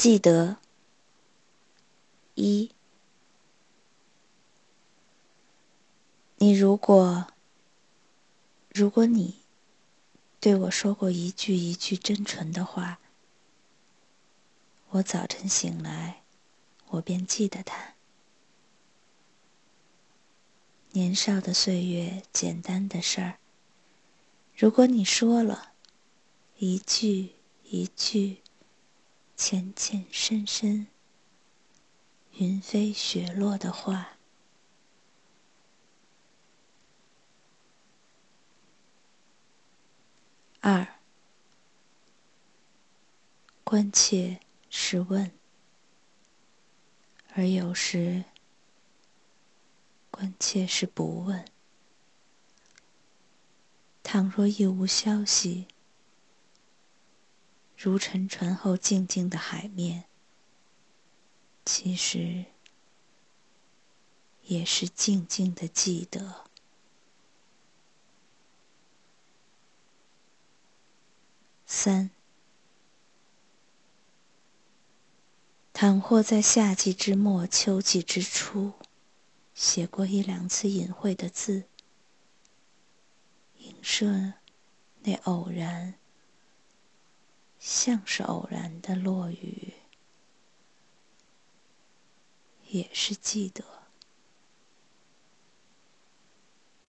记得一，你如果你对我说过一句一句真纯的话，我早晨醒来，我便记得它。年少的岁月，简单的事儿，如果你说了一句一句，浅浅深深，云飞雪落的话。二，关切是问，而有时关切是不问。倘若一无消息，如沉船后静静的海面，其实也是静静的记得。三，倘或在夏季之末秋季之初写过一两次隐晦的字，影射那偶然，像是偶然的落雨，也是记得。